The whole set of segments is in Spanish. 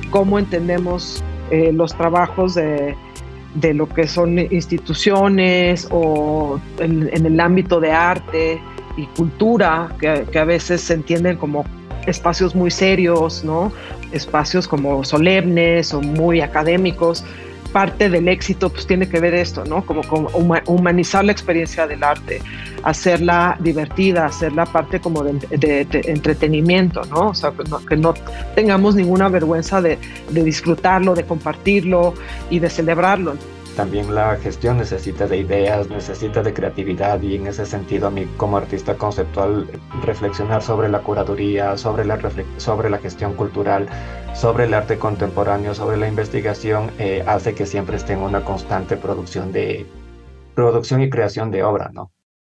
cómo entendemos los trabajos de lo que son instituciones o en el ámbito de arte y cultura, que a veces se entienden como espacios muy serios, ¿no? Espacios como solemnes o muy académicos. Parte del éxito pues tiene que ver esto, ¿no? Como humanizar la experiencia del arte, hacerla divertida, hacerla parte como de entretenimiento, ¿no? O sea, que no tengamos ninguna vergüenza de disfrutarlo, de compartirlo y de celebrarlo. También la gestión necesita de ideas, necesita de creatividad, y en ese sentido a mí como artista conceptual reflexionar sobre la curaduría, sobre la gestión cultural, sobre el arte contemporáneo, sobre la investigación, hace que siempre esté en una constante producción y creación de obra, ¿no?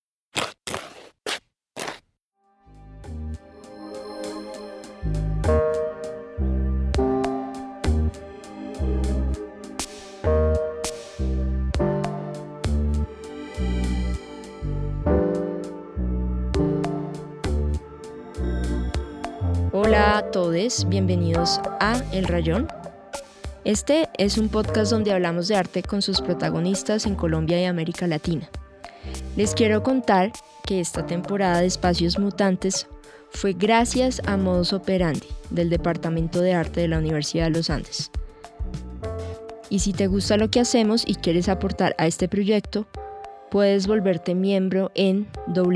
Hola a todos, bienvenidos a El Rayón. Este es un podcast donde hablamos de arte con sus protagonistas en Colombia y América Latina. Les quiero contar que esta temporada de Espacios Mutantes fue gracias a Modus Operandi del Departamento de Arte de la Universidad de los Andes. Y si te gusta lo que hacemos y quieres aportar a este proyecto, puedes volverte miembro en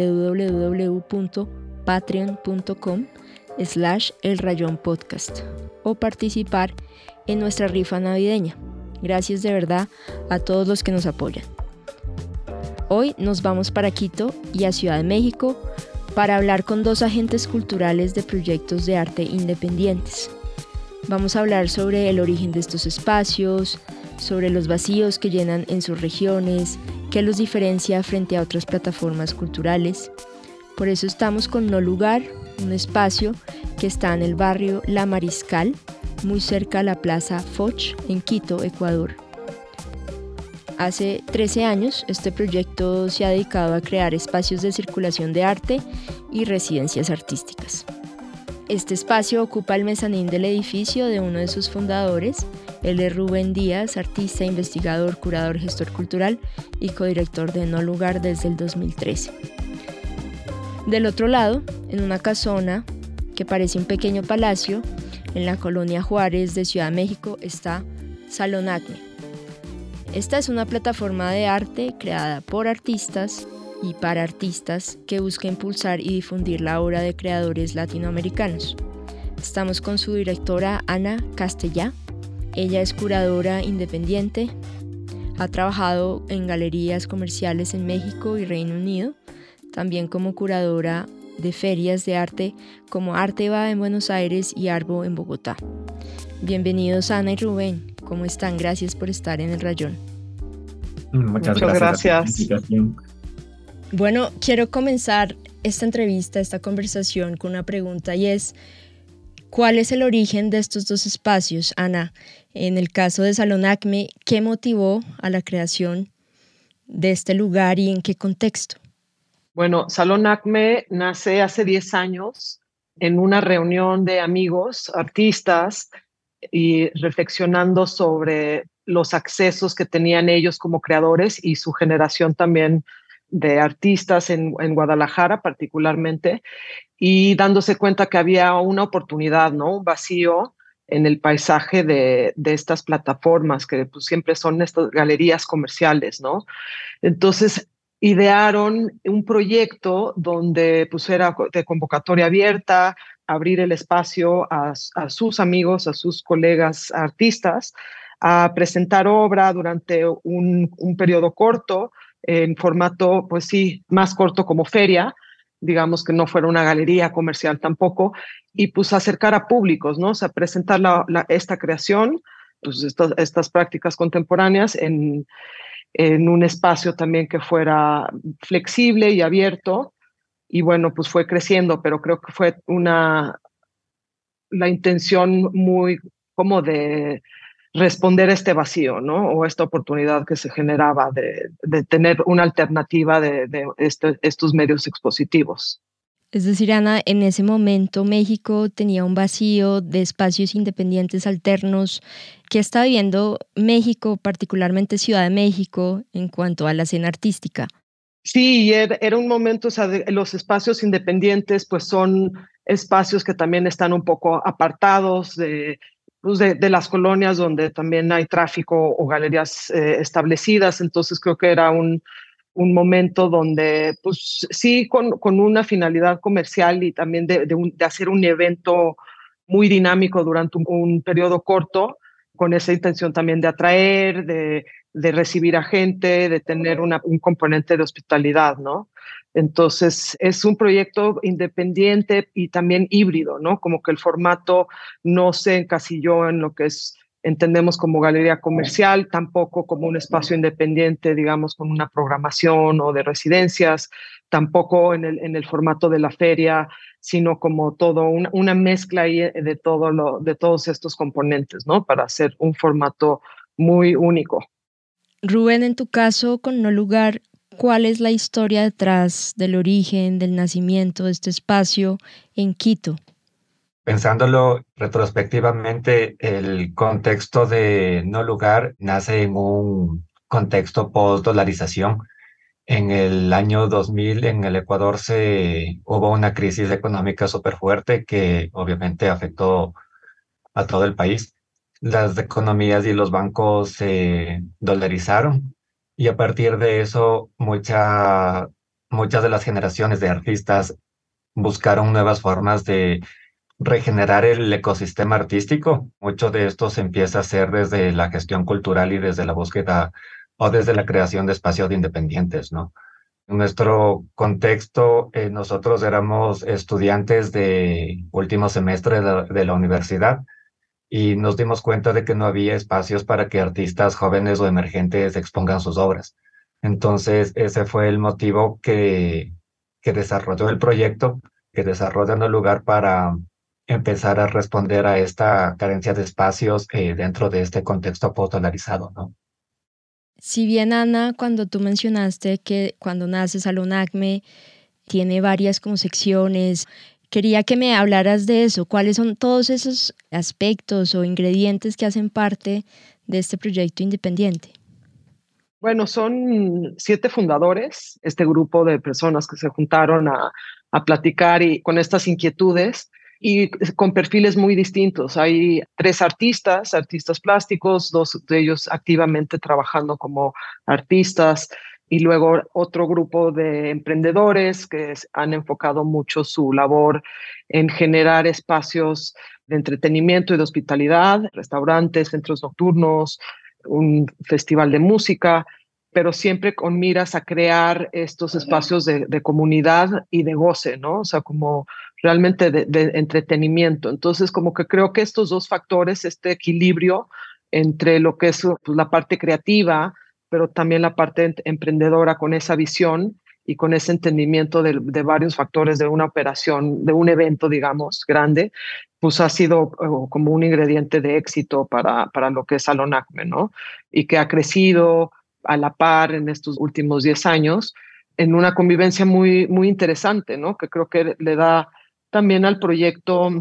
www.patreon.com/El Rayón Podcast o participar en nuestra rifa navideña. Gracias de verdad a todos los que nos apoyan. Hoy nos vamos para Quito y a Ciudad de México para hablar con dos agentes culturales de proyectos de arte independientes. Vamos a hablar sobre el origen de estos espacios, sobre los vacíos que llenan en sus regiones, qué los diferencia frente a otras plataformas culturales. Por eso estamos con No Lugar, un espacio que está en el barrio La Mariscal, muy cerca a la Plaza Foch, en Quito, Ecuador. Hace 13 años, este proyecto se ha dedicado a crear espacios de circulación de arte y residencias artísticas. Este espacio ocupa el mezanín del edificio de uno de sus fundadores. Él es Rubén Díaz, artista, investigador, curador, gestor cultural y codirector de No Lugar desde el 2013. Del otro lado, en una casona que parece un pequeño palacio, en la colonia Juárez de Ciudad de México, está Salón Acme. Esta es una plataforma de arte creada por artistas y para artistas que busca impulsar y difundir la obra de creadores latinoamericanos. Estamos con su directora Ana Castellá. Ella es curadora independiente, ha trabajado en galerías comerciales en México y Reino Unido, también como curadora de ferias de arte como Arteba en Buenos Aires y Arbo en Bogotá. Bienvenidos Ana y Rubén, ¿cómo están? Gracias por estar en El Rayón. Muchas gracias. Bueno, quiero comenzar esta entrevista, esta conversación con una pregunta y es: ¿cuál es el origen de estos dos espacios, Ana? En el caso de Salón Acme, ¿qué motivó a la creación de este lugar y en qué contexto? Bueno, Salón Acme nace hace 10 años en una reunión de amigos, artistas, y reflexionando sobre los accesos que tenían ellos como creadores y su generación también de artistas en Guadalajara particularmente, y dándose cuenta que había una oportunidad, ¿no? Un vacío en el paisaje de estas plataformas que pues, siempre son estas galerías comerciales, ¿no? Entonces idearon un proyecto donde pues, era de convocatoria abierta, abrir el espacio a sus amigos, a sus colegas artistas, a presentar obra durante un periodo corto, en formato, pues sí, más corto como feria, digamos que no fuera una galería comercial tampoco, y pues acercar a públicos, ¿no? O sea, presentar esta creación, pues estas prácticas contemporáneas en un espacio también que fuera flexible y abierto. Y bueno, pues fue creciendo, pero creo que fue la intención muy como de responder a este vacío, ¿no? O esta oportunidad que se generaba de tener una alternativa de estos medios expositivos. Es decir, Ana, en ese momento México tenía un vacío de espacios independientes alternos. ¿Qué está viviendo México, particularmente Ciudad de México, en cuanto a la escena artística? Sí, era un momento, o sea, los espacios independientes pues son espacios que también están un poco apartados pues de las colonias donde también hay tráfico o galerías establecidas, entonces creo que era un momento donde, pues sí, con una finalidad comercial y también de hacer un evento muy dinámico durante un periodo corto, con esa intención también de atraer, de recibir a gente, de tener un componente de hospitalidad, ¿no? Entonces, es un proyecto independiente y también híbrido, ¿no? Como que el formato no se encasilló en lo que entendemos como galería comercial, tampoco como un espacio independiente, digamos, con una programación o de residencias, tampoco en el formato de la feria, sino como todo una mezcla ahí de todos estos componentes, ¿no? Para hacer un formato muy único. Rubén, en tu caso, con No Lugar, ¿cuál es la historia detrás del origen, del nacimiento de este espacio en Quito? Pensándolo retrospectivamente, el contexto de No Lugar nace en un contexto post-dolarización. En el año 2000 en el Ecuador hubo una crisis económica súper fuerte que obviamente afectó a todo el país. Las economías y los bancos se dolarizaron y a partir de eso muchas de las generaciones de artistas buscaron nuevas formas de regenerar el ecosistema artístico. Mucho de esto se empieza a hacer desde la gestión cultural y desde la búsqueda o desde la creación de espacios independientes, ¿no? En nuestro contexto, nosotros éramos estudiantes de último semestre de la universidad y nos dimos cuenta de que no había espacios para que artistas jóvenes o emergentes expongan sus obras. Entonces, ese fue el motivo que desarrolló el proyecto, que desarrolla un lugar para empezar a responder a esta carencia de espacios dentro de este contexto postdolarizado, ¿no? Si bien, Ana, cuando tú mencionaste que cuando nace Salón ACME tiene varias como secciones, quería que me hablaras de eso. ¿Cuáles son todos esos aspectos o ingredientes que hacen parte de este proyecto independiente? Bueno, son 7 fundadores, este grupo de personas que se juntaron a platicar y con estas inquietudes y con perfiles muy distintos. Hay 3 artistas plásticos, 2 de ellos activamente trabajando como artistas y luego otro grupo de emprendedores que han enfocado mucho su labor en generar espacios de entretenimiento y de hospitalidad, restaurantes, centros nocturnos, un festival de música, pero siempre con miras a crear estos espacios de comunidad y de goce, ¿no? O sea, como realmente de entretenimiento. Entonces, como que creo que estos dos factores, este equilibrio entre lo que es pues, la parte creativa, pero también la parte emprendedora con esa visión y con ese entendimiento de varios factores de una operación, de un evento, digamos, grande, pues ha sido como un ingrediente de éxito para lo que es Salón ACME, ¿no? Y que ha crecido a la par en estos últimos 10 años en una convivencia muy, muy interesante, ¿no? Que creo que le da también al proyecto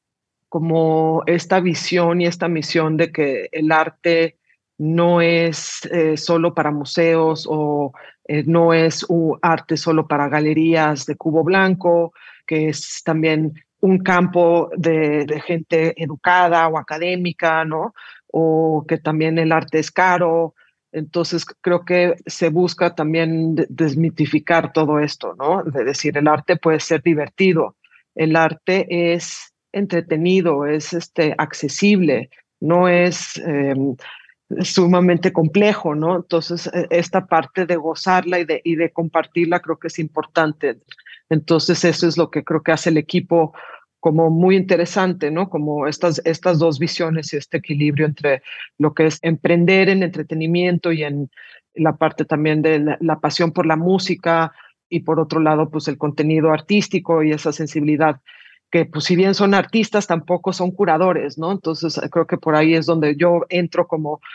como esta visión y esta misión de que el arte no es solo para museos o no es un arte solo para galerías de cubo blanco, que es también un campo de gente educada o académica, ¿no? O que también el arte es caro. Entonces creo que se busca también desmitificar todo esto, ¿no? De decir, el arte puede ser divertido, el arte es entretenido, es accesible, no es sumamente complejo, ¿no? Entonces, esta parte de gozarla y de compartirla creo que es importante. Entonces, eso es lo que creo que hace el equipo como muy interesante, ¿no? Como estas dos visiones y este equilibrio entre lo que es emprender en entretenimiento y en la parte también de la pasión por la música y por otro lado, pues el contenido artístico y esa sensibilidad que pues si bien son artistas, tampoco son curadores, ¿no? Entonces creo que por ahí es donde yo entro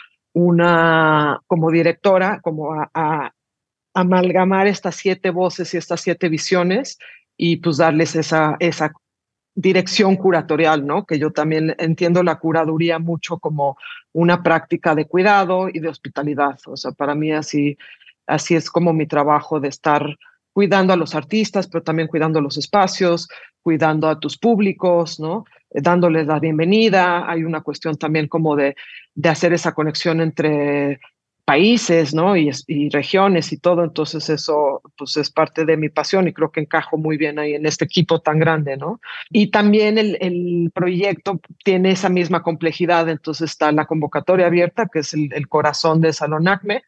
como directora, como a amalgamar estas 7 voces y estas 7 visiones y pues darles esa dirección curatorial, ¿no? Que yo también entiendo la curaduría mucho como una práctica de cuidado y de hospitalidad. O sea, para mí así es como mi trabajo de estar cuidando a los artistas, pero también cuidando los espacios, cuidando a tus públicos, ¿no? Dándoles la bienvenida. Hay una cuestión también como de hacer esa conexión entre países, ¿no? Y regiones y todo. Entonces eso pues es parte de mi pasión y creo que encajo muy bien ahí en este equipo tan grande, ¿no? Y también el proyecto tiene esa misma complejidad. Entonces está la convocatoria abierta, que es el corazón de Salón ACME,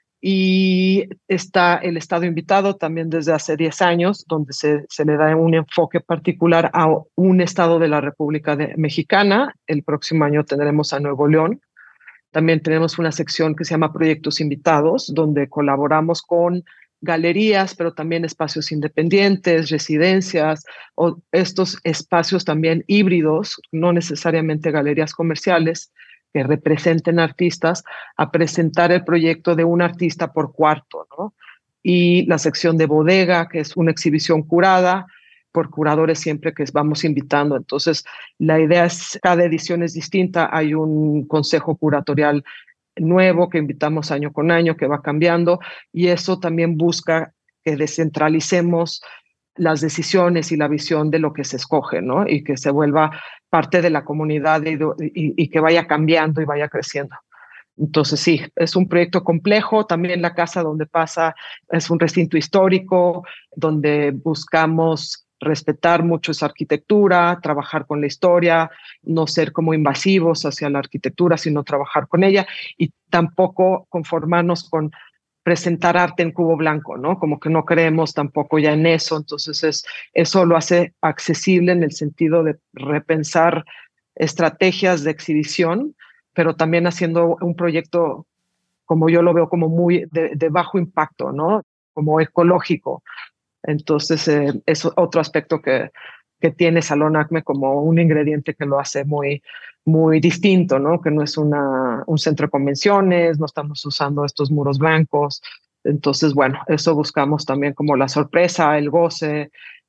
y está el Estado invitado también desde hace 10 años, donde se le da un enfoque particular a un estado de la República Mexicana. El próximo año tendremos a Nuevo León. También tenemos una sección que se llama Proyectos Invitados, donde colaboramos con galerías, pero también espacios independientes, residencias, o estos espacios también híbridos, no necesariamente galerías comerciales, que representen artistas, a presentar el proyecto de un artista por cuarto, ¿no? Y la sección de bodega, que es una exhibición curada por curadores siempre que vamos invitando. Entonces, la idea es, cada edición es distinta, hay un consejo curatorial nuevo que invitamos año con año, que va cambiando, y eso también busca que descentralicemos las decisiones y la visión de lo que se escoge, ¿no? Y que se vuelva parte de la comunidad y que vaya cambiando y vaya creciendo. Entonces, sí, es un proyecto complejo. También la casa donde pasa es un recinto histórico, donde buscamos respetar mucho esa arquitectura, trabajar con la historia, no ser como invasivos hacia la arquitectura, sino trabajar con ella y tampoco conformarnos con presentar arte en cubo blanco, ¿no? Como que no creemos tampoco ya en eso. Entonces, eso lo hace accesible en el sentido de repensar estrategias de exhibición, pero también haciendo un proyecto, como yo lo veo, como muy de bajo impacto, ¿no? Como ecológico. Entonces, es otro aspecto que tiene Salón ACME como un ingrediente que lo hace muy distinto, ¿no? Que no es un centro de convenciones, no estamos usando estos muros blancos. Entonces, bueno, eso buscamos también como la sorpresa, el goce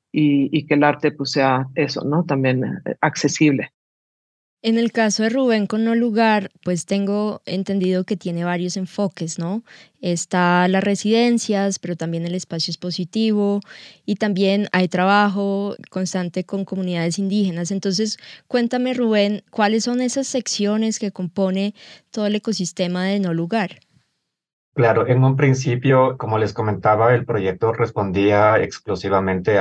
y que el arte pues sea eso, ¿no? También accesible. En el caso de Rubén con No Lugar, pues tengo entendido que tiene varios enfoques, ¿no? Está las residencias, pero también el espacio expositivo y también hay trabajo constante con comunidades indígenas. Entonces, cuéntame, Rubén, ¿cuáles son esas secciones que compone todo el ecosistema de No Lugar? Claro, en un principio, como les comentaba, el proyecto respondía exclusivamente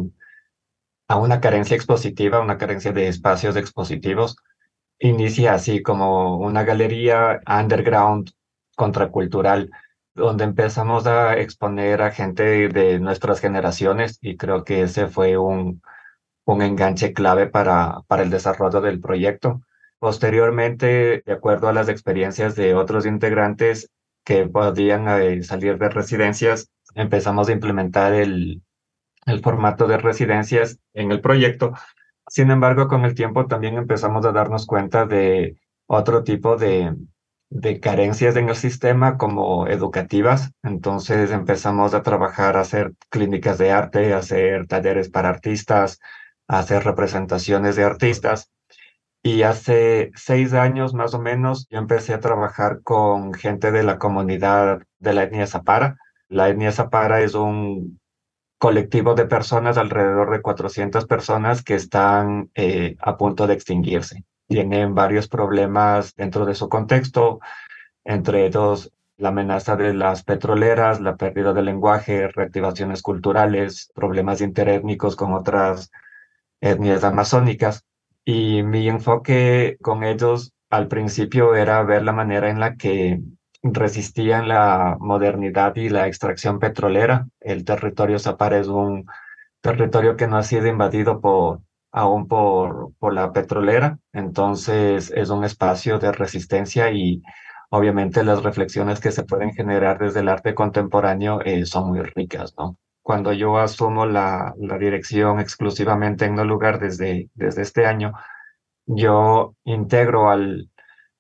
a una carencia expositiva, una carencia de espacios expositivos. Inicia así como una galería underground contracultural, donde empezamos a exponer a gente de nuestras generaciones y creo que ese fue un enganche clave para el desarrollo del proyecto. Posteriormente, de acuerdo a las experiencias de otros integrantes que podían salir de residencias, empezamos a implementar el formato de residencias en el proyecto. Sin embargo, con el tiempo también empezamos a darnos cuenta de otro tipo de carencias en el sistema como educativas. Entonces empezamos a trabajar, a hacer clínicas de arte, a hacer talleres para artistas, a hacer representaciones de artistas. Y hace 6 años más o menos yo empecé a trabajar con gente de la comunidad de la etnia Zapara. La etnia Zapara es un colectivo de personas, alrededor de 400 personas que están a punto de extinguirse. Tienen varios problemas dentro de su contexto, entre ellos la amenaza de las petroleras, la pérdida del lenguaje, reactivaciones culturales, problemas interétnicos con otras etnias amazónicas. Y mi enfoque con ellos al principio era ver la manera en la que resistían la modernidad y la extracción petrolera. El territorio Zapara es un territorio que no ha sido invadido aún por la petrolera, entonces es un espacio de resistencia y obviamente las reflexiones que se pueden generar desde el arte contemporáneo son muy ricas, ¿no? Cuando yo asumo la dirección exclusivamente en No Lugar desde este año, yo integro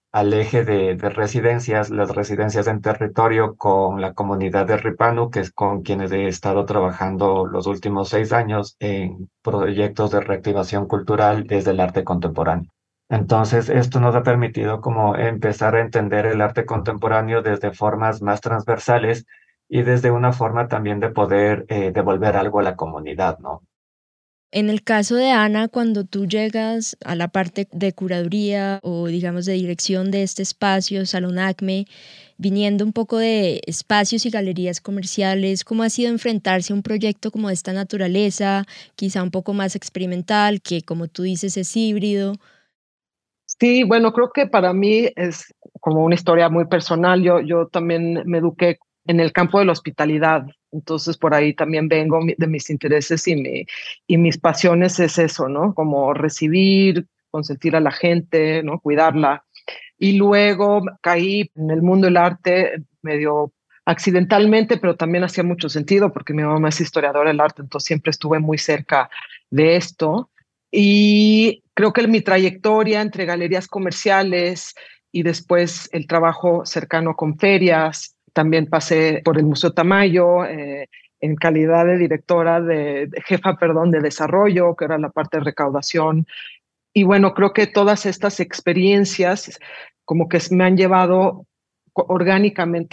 al eje de residencias, las residencias en territorio con la comunidad de Ripanu, que es con quienes he estado trabajando los últimos 6 años en proyectos de reactivación cultural desde el arte contemporáneo. Entonces, esto nos ha permitido como empezar a entender el arte contemporáneo desde formas más transversales y desde una forma también de poder devolver algo a la comunidad, ¿no? En el caso de Ana, cuando tú llegas a la parte de curaduría o digamos de dirección de este espacio, Salón ACME, viniendo un poco de espacios y galerías comerciales, ¿cómo ha sido enfrentarse a un proyecto como de esta naturaleza, quizá un poco más experimental, que como tú dices es híbrido? Sí, bueno, creo que para mí es como una historia muy personal. Yo también me eduqué en el campo de la hospitalidad, entonces por ahí también vengo de mis intereses y mis pasiones es eso, ¿no? Como recibir, consentir a la gente, ¿no? Cuidarla. Y luego caí en el mundo del arte medio accidentalmente, pero también hacía mucho sentido porque mi mamá es historiadora del arte, entonces siempre estuve muy cerca de esto. Y creo que mi trayectoria entre galerías comerciales y después el trabajo cercano con ferias, también pasé por el Museo Tamayo, en calidad de directora, de jefa, perdón, de desarrollo, que era la parte de recaudación. Y bueno, creo que todas estas experiencias como que me han llevado orgánicamente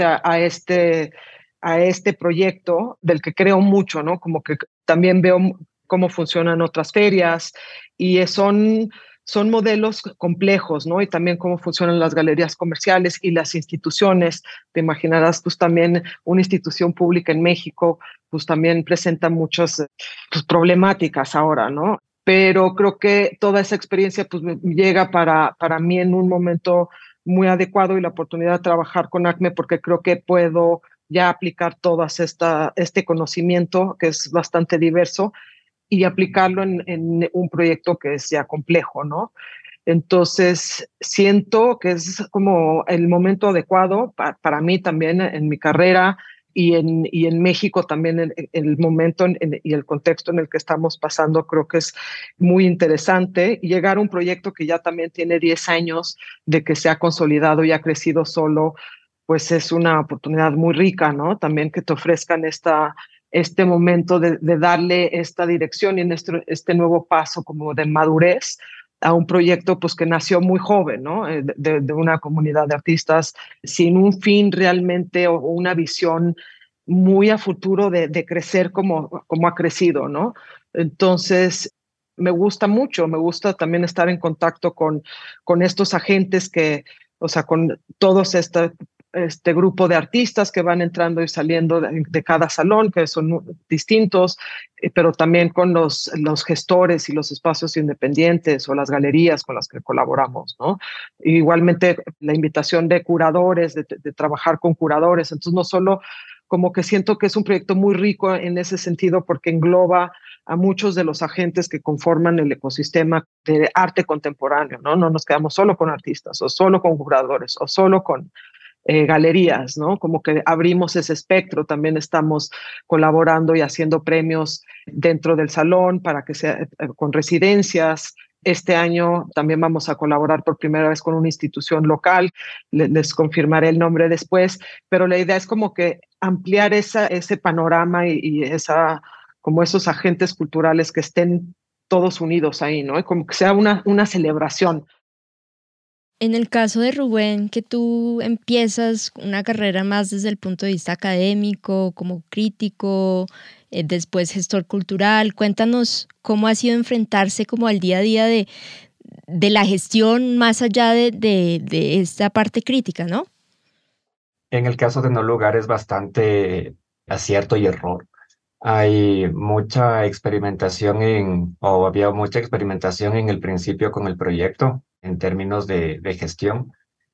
a este proyecto del que creo mucho, ¿no? Como que también veo cómo funcionan otras ferias y son modelos complejos, ¿no? Y también cómo funcionan las galerías comerciales y las instituciones. Te imaginarás, pues también una institución pública en México, pues también presenta muchas pues, problemáticas ahora, ¿no? Pero creo que toda esa experiencia pues me llega para mí en un momento muy adecuado y la oportunidad de trabajar con ACME porque creo que puedo ya aplicar este conocimiento que es bastante diverso y aplicarlo en un proyecto que es ya complejo, ¿no? Entonces, siento que es como el momento adecuado para mí también en mi carrera y en México también el momento y el contexto en el que estamos pasando creo que es muy interesante. Llegar a un proyecto que ya también tiene 10 años de que se ha consolidado y ha crecido solo, pues es una oportunidad muy rica, ¿no? También que te ofrezcan este momento de darle esta dirección y en este nuevo paso como de madurez a un proyecto pues que nació muy joven, ¿no? De una comunidad de artistas sin un fin realmente o una visión muy a futuro de crecer como ha crecido, ¿no? Entonces, me gusta mucho, me gusta también estar en contacto con estos agentes o sea, con todos este grupo de artistas que van entrando y saliendo de cada salón, que son distintos, pero también con los gestores y los espacios independientes o las galerías con las que colaboramos, ¿no? Igualmente la invitación de curadores, de trabajar con curadores, entonces no solo como que siento que es un proyecto muy rico en ese sentido porque engloba a muchos de los agentes que conforman el ecosistema de arte contemporáneo, ¿no? No nos quedamos solo con artistas o solo con curadores o solo con galerías, ¿no? Como que abrimos ese espectro, también estamos colaborando y haciendo premios dentro del salón para que sea con residencias. Este año también vamos a colaborar por primera vez con una institución local, les confirmaré el nombre después, pero la idea es como que ampliar ese panorama y como esos agentes culturales que estén todos unidos ahí, ¿no? Y como que sea una celebración. En el caso de Rubén, que tú empiezas una carrera más desde el punto de vista académico, como crítico, después gestor cultural, cuéntanos cómo ha sido enfrentarse como al día a día de la gestión más allá de esta parte crítica, ¿no? En el caso de No Lugar es bastante acierto y error. Hay mucha experimentación o había mucha experimentación en el principio con el proyecto en términos de gestión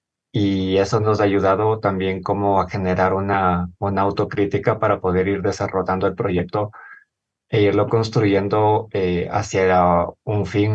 y eso nos ha ayudado también como a generar una autocrítica para poder ir desarrollando el proyecto e irlo construyendo hacia un fin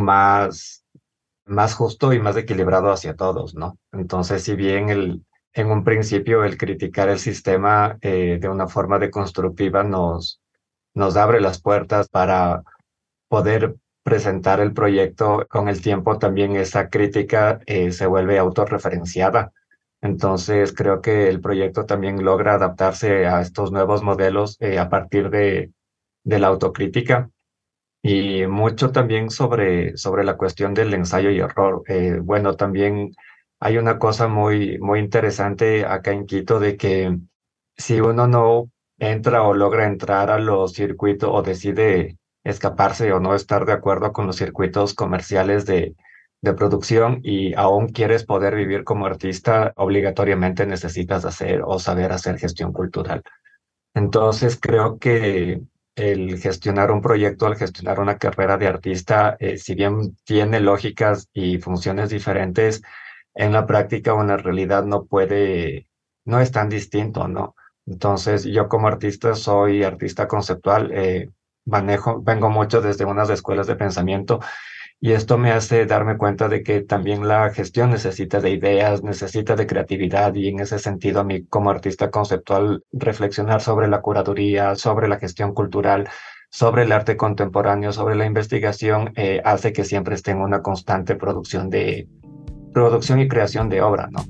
más justo y más equilibrado hacia todos, ¿no? Entonces, si bien en un principio el criticar el sistema de una forma deconstructiva nos abre las puertas para poder presentar el proyecto, con el tiempo también esa crítica se vuelve autorreferenciada. Entonces creo que el proyecto también logra adaptarse a estos nuevos modelos a partir de la autocrítica y mucho también sobre la cuestión del ensayo y error. Bueno, también hay una cosa muy interesante acá en Quito de que si uno no entra o logra entrar a los circuitos o decide escaparse o no estar de acuerdo con los circuitos comerciales de producción y aún quieres poder vivir como artista, obligatoriamente necesitas hacer o saber hacer gestión cultural. Entonces creo que el gestionar un proyecto, al gestionar una carrera de artista, si bien tiene lógicas y funciones diferentes, en la práctica o en la realidad no es tan distinto, ¿no? Entonces yo como artista soy artista conceptual, vengo mucho desde unas escuelas de pensamiento y esto me hace darme cuenta de que también la gestión necesita de ideas, necesita de creatividad y en ese sentido a mí como artista conceptual reflexionar sobre la curaduría, sobre la gestión cultural, sobre el arte contemporáneo, sobre la investigación, hace que siempre esté en una constante producción y creación de obra, ¿no?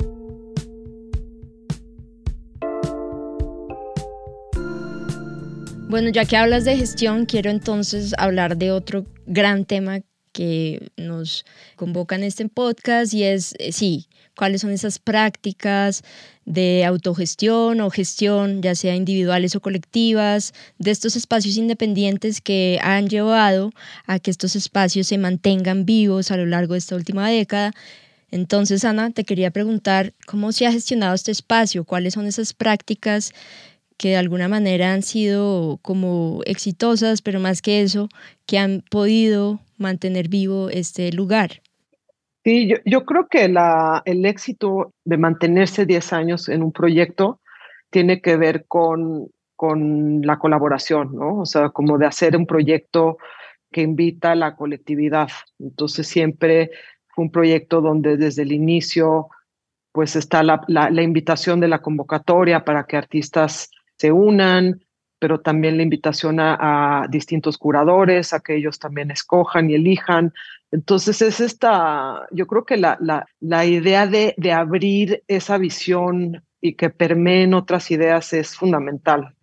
Bueno, ya que hablas de gestión, quiero entonces hablar de otro gran tema que nos convoca en este podcast y es, sí, cuáles son esas prácticas de autogestión o gestión, ya sea individuales o colectivas, de estos espacios independientes que han llevado a que estos espacios se mantengan vivos a lo largo de esta última década. Entonces, Ana, te quería preguntar, ¿cómo se ha gestionado este espacio? ¿Cuáles son esas prácticas que de alguna manera han sido como exitosas, pero más que eso, que han podido mantener vivo este lugar? Sí, yo creo que el éxito de mantenerse 10 años en un proyecto tiene que ver con la colaboración, ¿no? O sea, como de hacer un proyecto que invita a la colectividad. Entonces siempre fue un proyecto donde desde el inicio pues está la invitación de la convocatoria para que artistas se unan, pero también la invitación a distintos curadores, a que ellos también escojan y elijan. Entonces es yo creo que la idea de abrir esa visión y que permeen otras ideas es fundamental.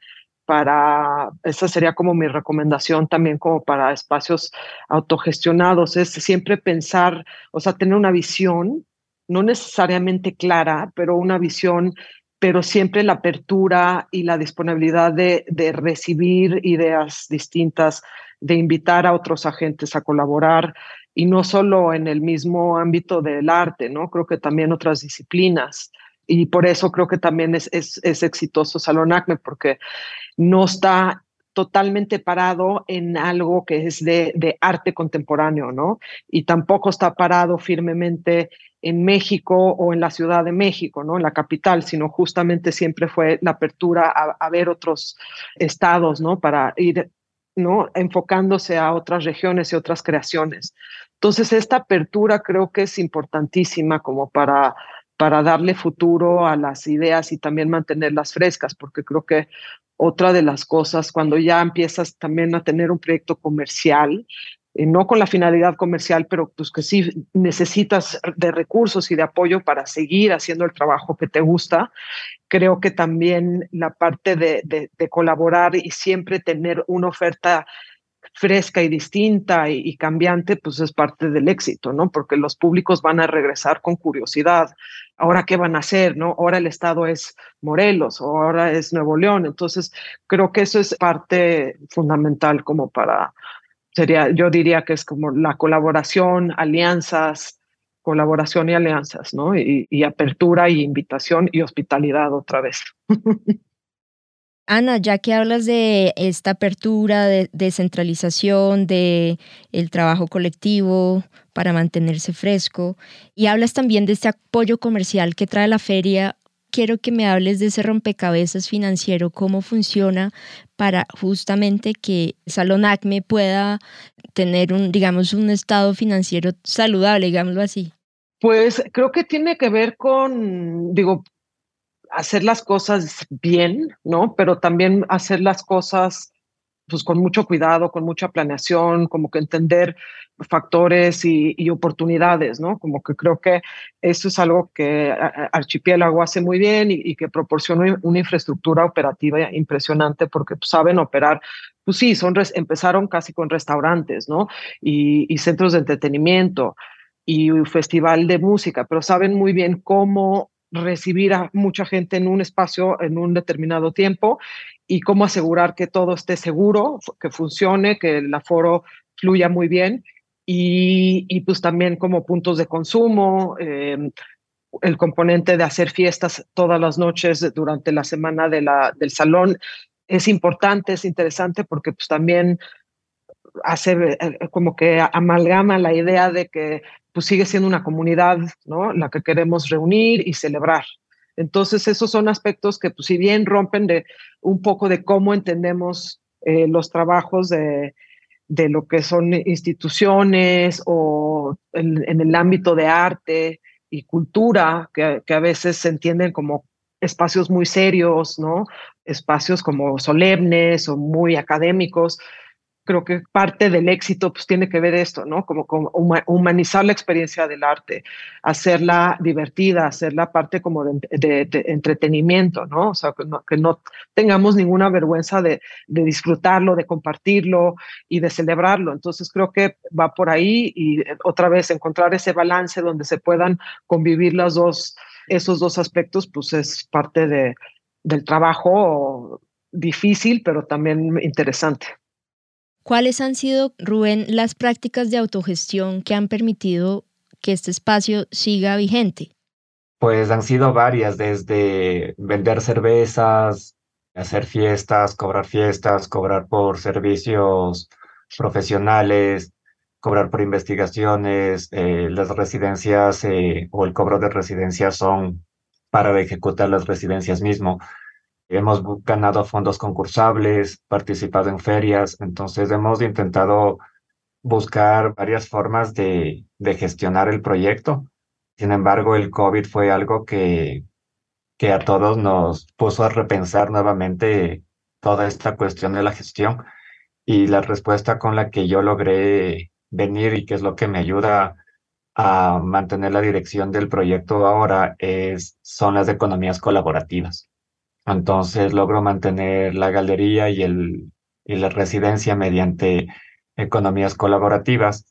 Esa sería como mi recomendación también como para espacios autogestionados, es siempre pensar, o sea, tener una visión, no necesariamente clara, pero una visión, pero siempre la apertura y la disponibilidad de recibir ideas distintas, de invitar a otros agentes a colaborar y no solo en el mismo ámbito del arte, ¿no? Creo que también otras disciplinas. Y por eso creo que también es exitoso Salón ACME, porque no está totalmente parado en algo que es de arte contemporáneo, ¿no? Y tampoco está parado firmemente en México o en la Ciudad de México, ¿no? En la capital, sino justamente siempre fue la apertura a ver otros estados, ¿no? Para ir, ¿no? Enfocándose a otras regiones y otras creaciones. Entonces, esta apertura creo que es importantísima como para darle futuro a las ideas y también mantenerlas frescas, porque creo que otra de las cosas, cuando ya empiezas también a tener un proyecto comercial, no con la finalidad comercial, pero pues que sí necesitas de recursos y de apoyo para seguir haciendo el trabajo que te gusta, creo que también la parte de colaborar y siempre tener una oferta fresca y distinta y cambiante, pues es parte del éxito, ¿no? Porque los públicos van a regresar con curiosidad. Ahora, ¿qué van a hacer, no? Ahora el estado es Morelos o ahora es Nuevo León. Entonces, creo que eso es parte fundamental como yo diría que es como la colaboración y alianzas, ¿no? Y apertura y invitación y hospitalidad otra vez. Ana, ya que hablas de esta apertura, de descentralización, de el trabajo colectivo para mantenerse fresco, y hablas también de este apoyo comercial que trae la feria, quiero que me hables de ese rompecabezas financiero, cómo funciona para justamente que Salón ACME pueda tener digamos, un estado financiero saludable, digámoslo así. Pues creo que tiene que ver digo, hacer las cosas bien, ¿no? Pero también hacer las cosas pues con mucho cuidado, con mucha planeación, como que entender factores y oportunidades, ¿no? Como que creo que eso es algo que Archipiélago hace muy bien y que proporciona una infraestructura operativa impresionante porque pues, saben operar. Pues sí, empezaron casi con restaurantes, ¿no? Y centros de entretenimiento y un festival de música, pero saben muy bien cómo recibir a mucha gente en un espacio en un determinado tiempo y cómo asegurar que todo esté seguro, que funcione, que el aforo fluya muy bien y pues también como puntos de consumo, el componente de hacer fiestas todas las noches durante la semana del salón es importante, es interesante porque pues también hace como que amalgama la idea de que pues sigue siendo una comunidad, ¿no? La que queremos reunir y celebrar. Entonces, esos son aspectos que, pues, si bien rompen de un poco de cómo entendemos los trabajos de lo que son instituciones o en el ámbito de arte y cultura, que a veces se entienden como espacios muy serios, ¿no? Espacios como solemnes o muy académicos. Creo que parte del éxito pues tiene que ver esto, ¿no? Como humanizar la experiencia del arte, hacerla divertida, hacerla parte como de entretenimiento, ¿no? O sea, que no tengamos ninguna vergüenza de disfrutarlo, de compartirlo y de celebrarlo. Entonces creo que va por ahí y otra vez encontrar ese balance donde se puedan convivir esos dos aspectos, pues es parte del trabajo difícil, pero también interesante. ¿Cuáles han sido, Rubén, las prácticas de autogestión que han permitido que este espacio siga vigente? Pues han sido varias, desde vender cervezas, hacer fiestas, cobrar por servicios profesionales, cobrar por investigaciones. Las residencias o el cobro de residencias son para ejecutar las residencias mismo. Hemos ganado fondos concursables, participado en ferias, entonces hemos intentado buscar varias formas de gestionar el proyecto. Sin embargo, el COVID fue algo que a todos nos puso a repensar nuevamente toda esta cuestión de la gestión y la respuesta con la que yo logré venir y que es lo que me ayuda a mantener la dirección del proyecto ahora son las economías colaborativas. Entonces logro mantener la galería y la residencia mediante economías colaborativas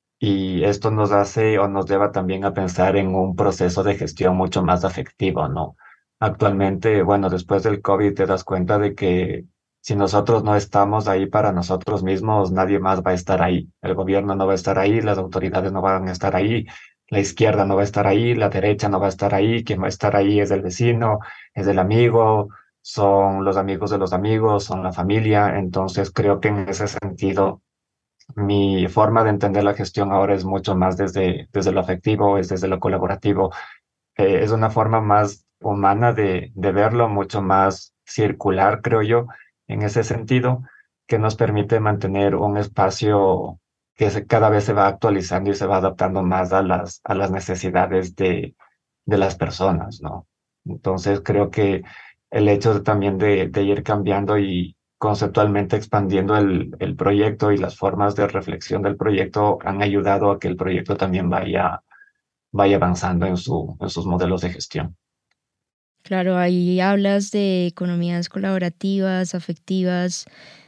y esto nos hace o nos lleva también a pensar en un proceso de gestión mucho más afectivo, ¿no? Actualmente, bueno, después del COVID te das cuenta de que si nosotros no estamos ahí para nosotros mismos, nadie más va a estar ahí. El gobierno no va a estar ahí, las autoridades no van a estar ahí, la izquierda no va a estar ahí, la derecha no va a estar ahí, quien va a estar ahí es el vecino, es el amigo, son los amigos de los amigos, son la familia. Entonces creo que en ese sentido mi forma de entender la gestión ahora es mucho más desde lo afectivo, es desde lo colaborativo. Es una forma más humana de verlo, mucho más circular, creo yo, en ese sentido, que nos permite mantener un espacio que cada vez se va actualizando y se va adaptando más a las necesidades de las personas, ¿no? Entonces creo que el hecho también de ir cambiando y conceptualmente expandiendo el proyecto y las formas de reflexión del proyecto han ayudado a que el proyecto también vaya avanzando en sus modelos de gestión. Claro, ahí hablas de economías colaborativas, afectivas,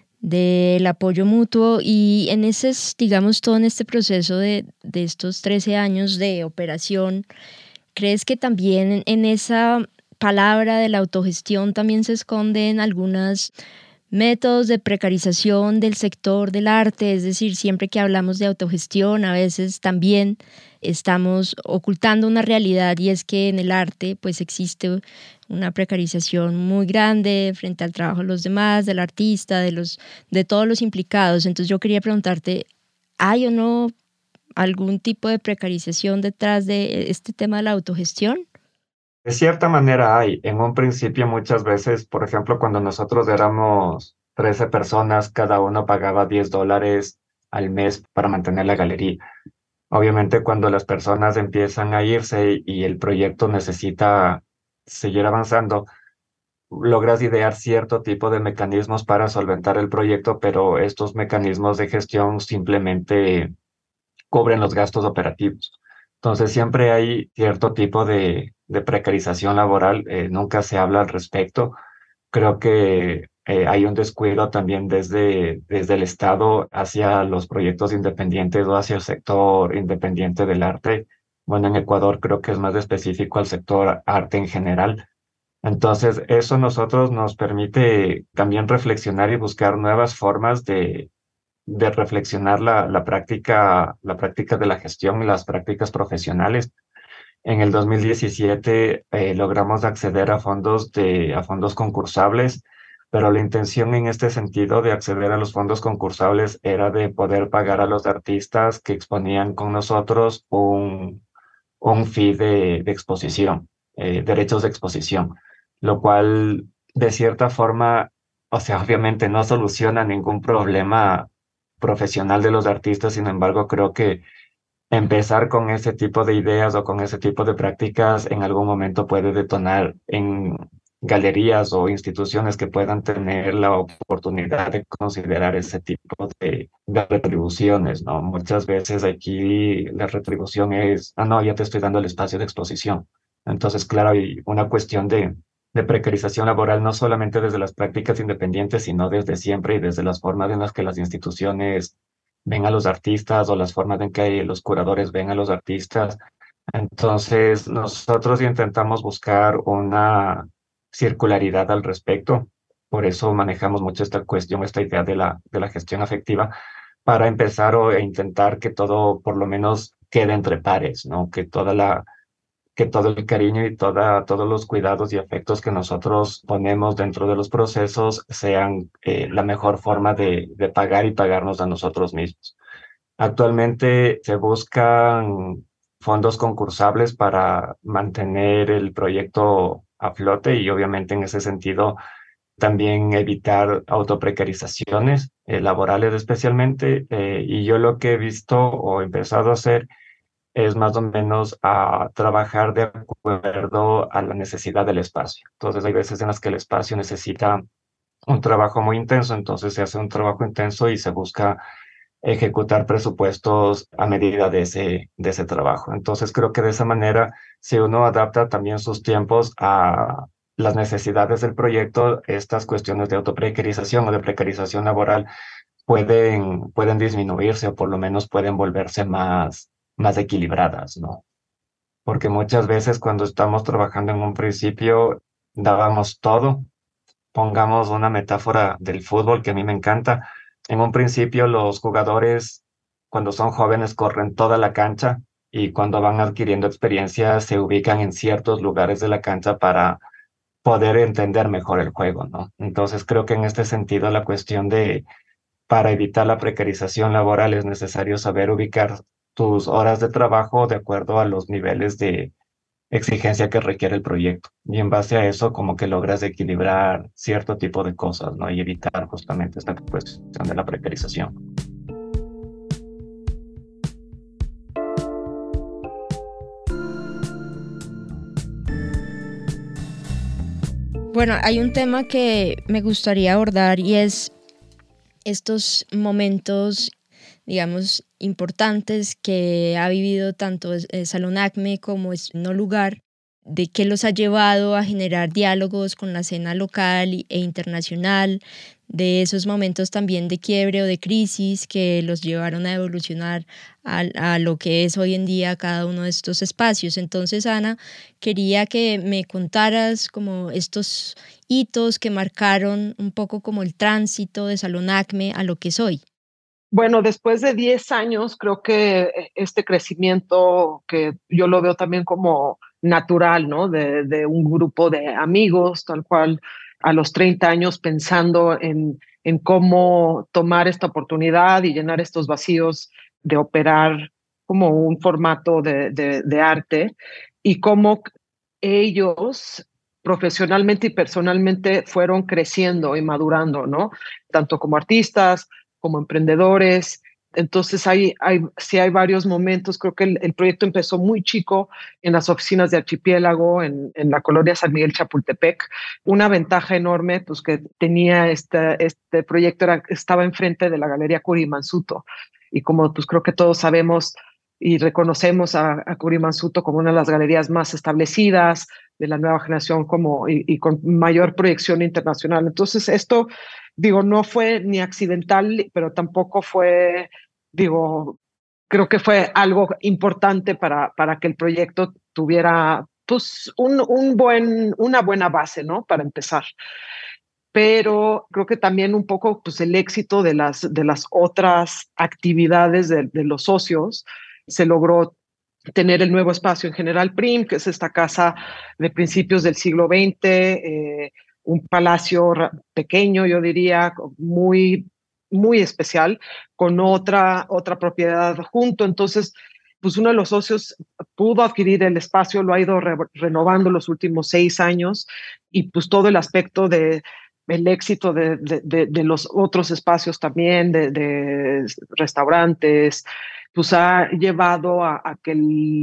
del apoyo mutuo y en ese, digamos, todo en este proceso de estos 13 años de operación, ¿crees que también en esa palabra de la autogestión también se esconden algunos métodos de precarización del sector del arte? Es decir, siempre que hablamos de autogestión, a veces también estamos ocultando una realidad y es que en el arte pues existe una precarización muy grande frente al trabajo de los demás, del artista, de todos los implicados. Entonces yo quería preguntarte, ¿hay o no algún tipo de precarización detrás de este tema de la autogestión? De cierta manera hay. En un principio muchas veces, por ejemplo, cuando nosotros éramos 13 personas, cada uno pagaba $10 al mes para mantener la galería. Obviamente cuando las personas empiezan a irse y el proyecto necesita seguir avanzando, logras idear cierto tipo de mecanismos para solventar el proyecto, pero estos mecanismos de gestión simplemente cubren los gastos operativos. Entonces siempre hay cierto tipo de precarización laboral, nunca se habla al respecto. Creo que hay un descuido también desde el Estado hacia los proyectos independientes o hacia el sector independiente del arte. Bueno, en Ecuador creo que es más específico al sector arte en general. Entonces, eso nosotros nos permite también reflexionar y buscar nuevas formas de reflexionar la práctica de la gestión y las prácticas profesionales. En el 2017 logramos acceder a fondos concursables, pero la intención en este sentido de acceder a los fondos concursables era de poder pagar a los artistas que exponían con nosotros un fee de exposición, derechos de exposición, lo cual de cierta forma, o sea, obviamente no soluciona ningún problema profesional de los artistas. Sin embargo, creo que empezar con ese tipo de ideas o con ese tipo de prácticas en algún momento puede detonar en galerías o instituciones que puedan tener la oportunidad de considerar ese tipo de retribuciones, ¿no? Muchas veces aquí la retribución es, ah, no, ya te estoy dando el espacio de exposición. Entonces, claro, hay una cuestión de precarización laboral no solamente desde las prácticas independientes, sino desde siempre y desde las formas en las que las instituciones ven a los artistas o las formas en que los curadores ven a los artistas. Entonces, nosotros intentamos buscar una circularidad al respecto. Por eso manejamos mucho esta cuestión, esta idea de la gestión afectiva, para empezar o intentar que todo por lo menos quede entre pares, ¿no? Que todo el cariño y todos los cuidados y afectos que nosotros ponemos dentro de los procesos sean la mejor forma de pagar y pagarnos a nosotros mismos. Actualmente se buscan fondos concursables para mantener el proyecto a flote y obviamente en ese sentido también evitar autoprecarizaciones laborales especialmente. Y yo lo que he visto o empezado a hacer es más o menos a trabajar de acuerdo a la necesidad del espacio. Entonces hay veces en las que el espacio necesita un trabajo muy intenso, entonces se hace un trabajo intenso y se busca ejecutar presupuestos a medida de ese trabajo. Entonces creo que de esa manera, si uno adapta también sus tiempos a las necesidades del proyecto, estas cuestiones de autoprecarización o de precarización laboral pueden disminuirse o por lo menos pueden volverse más equilibradas, ¿no? Porque muchas veces cuando estamos trabajando en un principio dábamos todo. Pongamos una metáfora del fútbol que a mí me encanta. En un principio los jugadores cuando son jóvenes corren toda la cancha y cuando van adquiriendo experiencia se ubican en ciertos lugares de la cancha para poder entender mejor el juego, ¿no? Entonces creo que en este sentido la cuestión para evitar la precarización laboral es necesario saber ubicar tus horas de trabajo de acuerdo a los niveles de exigencia que requiere el proyecto. Y en base a eso, como que logras equilibrar cierto tipo de cosas, ¿no? Y evitar justamente esta cuestión de la precarización. Bueno, hay un tema que me gustaría abordar y es estos momentos, digamos, importantes que ha vivido tanto Salón ACME como No Lugar, de qué los ha llevado a generar diálogos con la escena local e internacional, de esos momentos también de quiebre o de crisis que los llevaron a evolucionar a lo que es hoy en día cada uno de estos espacios. Entonces, Ana, quería que me contaras como estos hitos que marcaron un poco como el tránsito de Salón ACME a lo que es hoy. Bueno, después de 10 años, creo que este crecimiento, que yo lo veo también como natural, ¿no? De un grupo de amigos, tal cual, a los 30 años pensando en cómo tomar esta oportunidad y llenar estos vacíos de operar como un formato de arte y cómo ellos profesionalmente y personalmente fueron creciendo y madurando, ¿no? Tanto como artistas, como emprendedores, Entonces sí hay varios momentos. Creo que el proyecto empezó muy chico en las oficinas de Archipiélago, en la colonia San Miguel Chapultepec. Una ventaja enorme pues, que tenía este proyecto estaba enfrente de la Galería Curimansuto. Y como pues, creo que todos sabemos y reconocemos a Curimansuto como una de las galerías más establecidas de la nueva generación y con mayor proyección internacional. Entonces esto, digo, no fue ni accidental, pero tampoco fue, digo, creo que fue algo importante para que el proyecto tuviera pues una buena base, ¿no? Para empezar. Pero creo que también un poco pues el éxito de las otras actividades de los socios se logró tener el nuevo espacio en General Prim, que es esta casa de principios del siglo XX, un palacio pequeño, yo diría, muy especial, con otra propiedad junto. Entonces, pues uno de los socios pudo adquirir el espacio, lo ha ido renovando los últimos 6 años, y pues todo el aspecto el éxito de los otros espacios también, de restaurantes, pues ha llevado a que